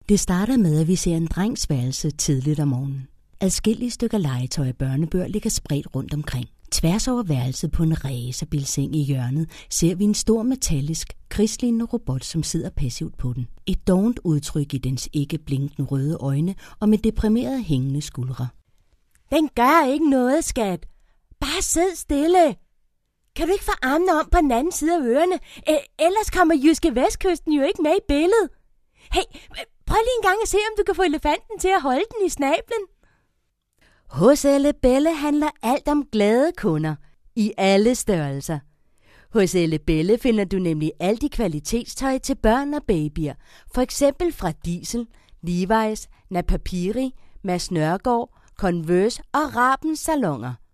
Det starter med, at vi ser en drengs værelse tidligt om morgenen. Adskillige stykker legetøj og børnebøger ligger spredt rundt omkring. Tværs over værelset på en racerbilseng i hjørnet ser vi en stor metallisk, krigslignende robot, som sidder passivt på den. Et dovent udtryk i dens ikke blinkende røde øjne og med deprimerede hængende skuldre. Den gør ikke noget, skat. Bare sid stille. Kan du ikke få armene om på den anden side af ørerne? Ellers kommer Jyske Vestkysten jo ikke med i billedet. Hey, prøv lige en gang at se, om du kan få elefanten til at holde den i snablen. Hos Elle Belle handler alt om glade kunder i alle størrelser. Hos Elle Belle finder du nemlig alt i kvalitetstøj til børn og babyer. For eksempel fra Diesel, Levi's, Napapiri, Mads Nørgaard, Converse og Rabens Salonger.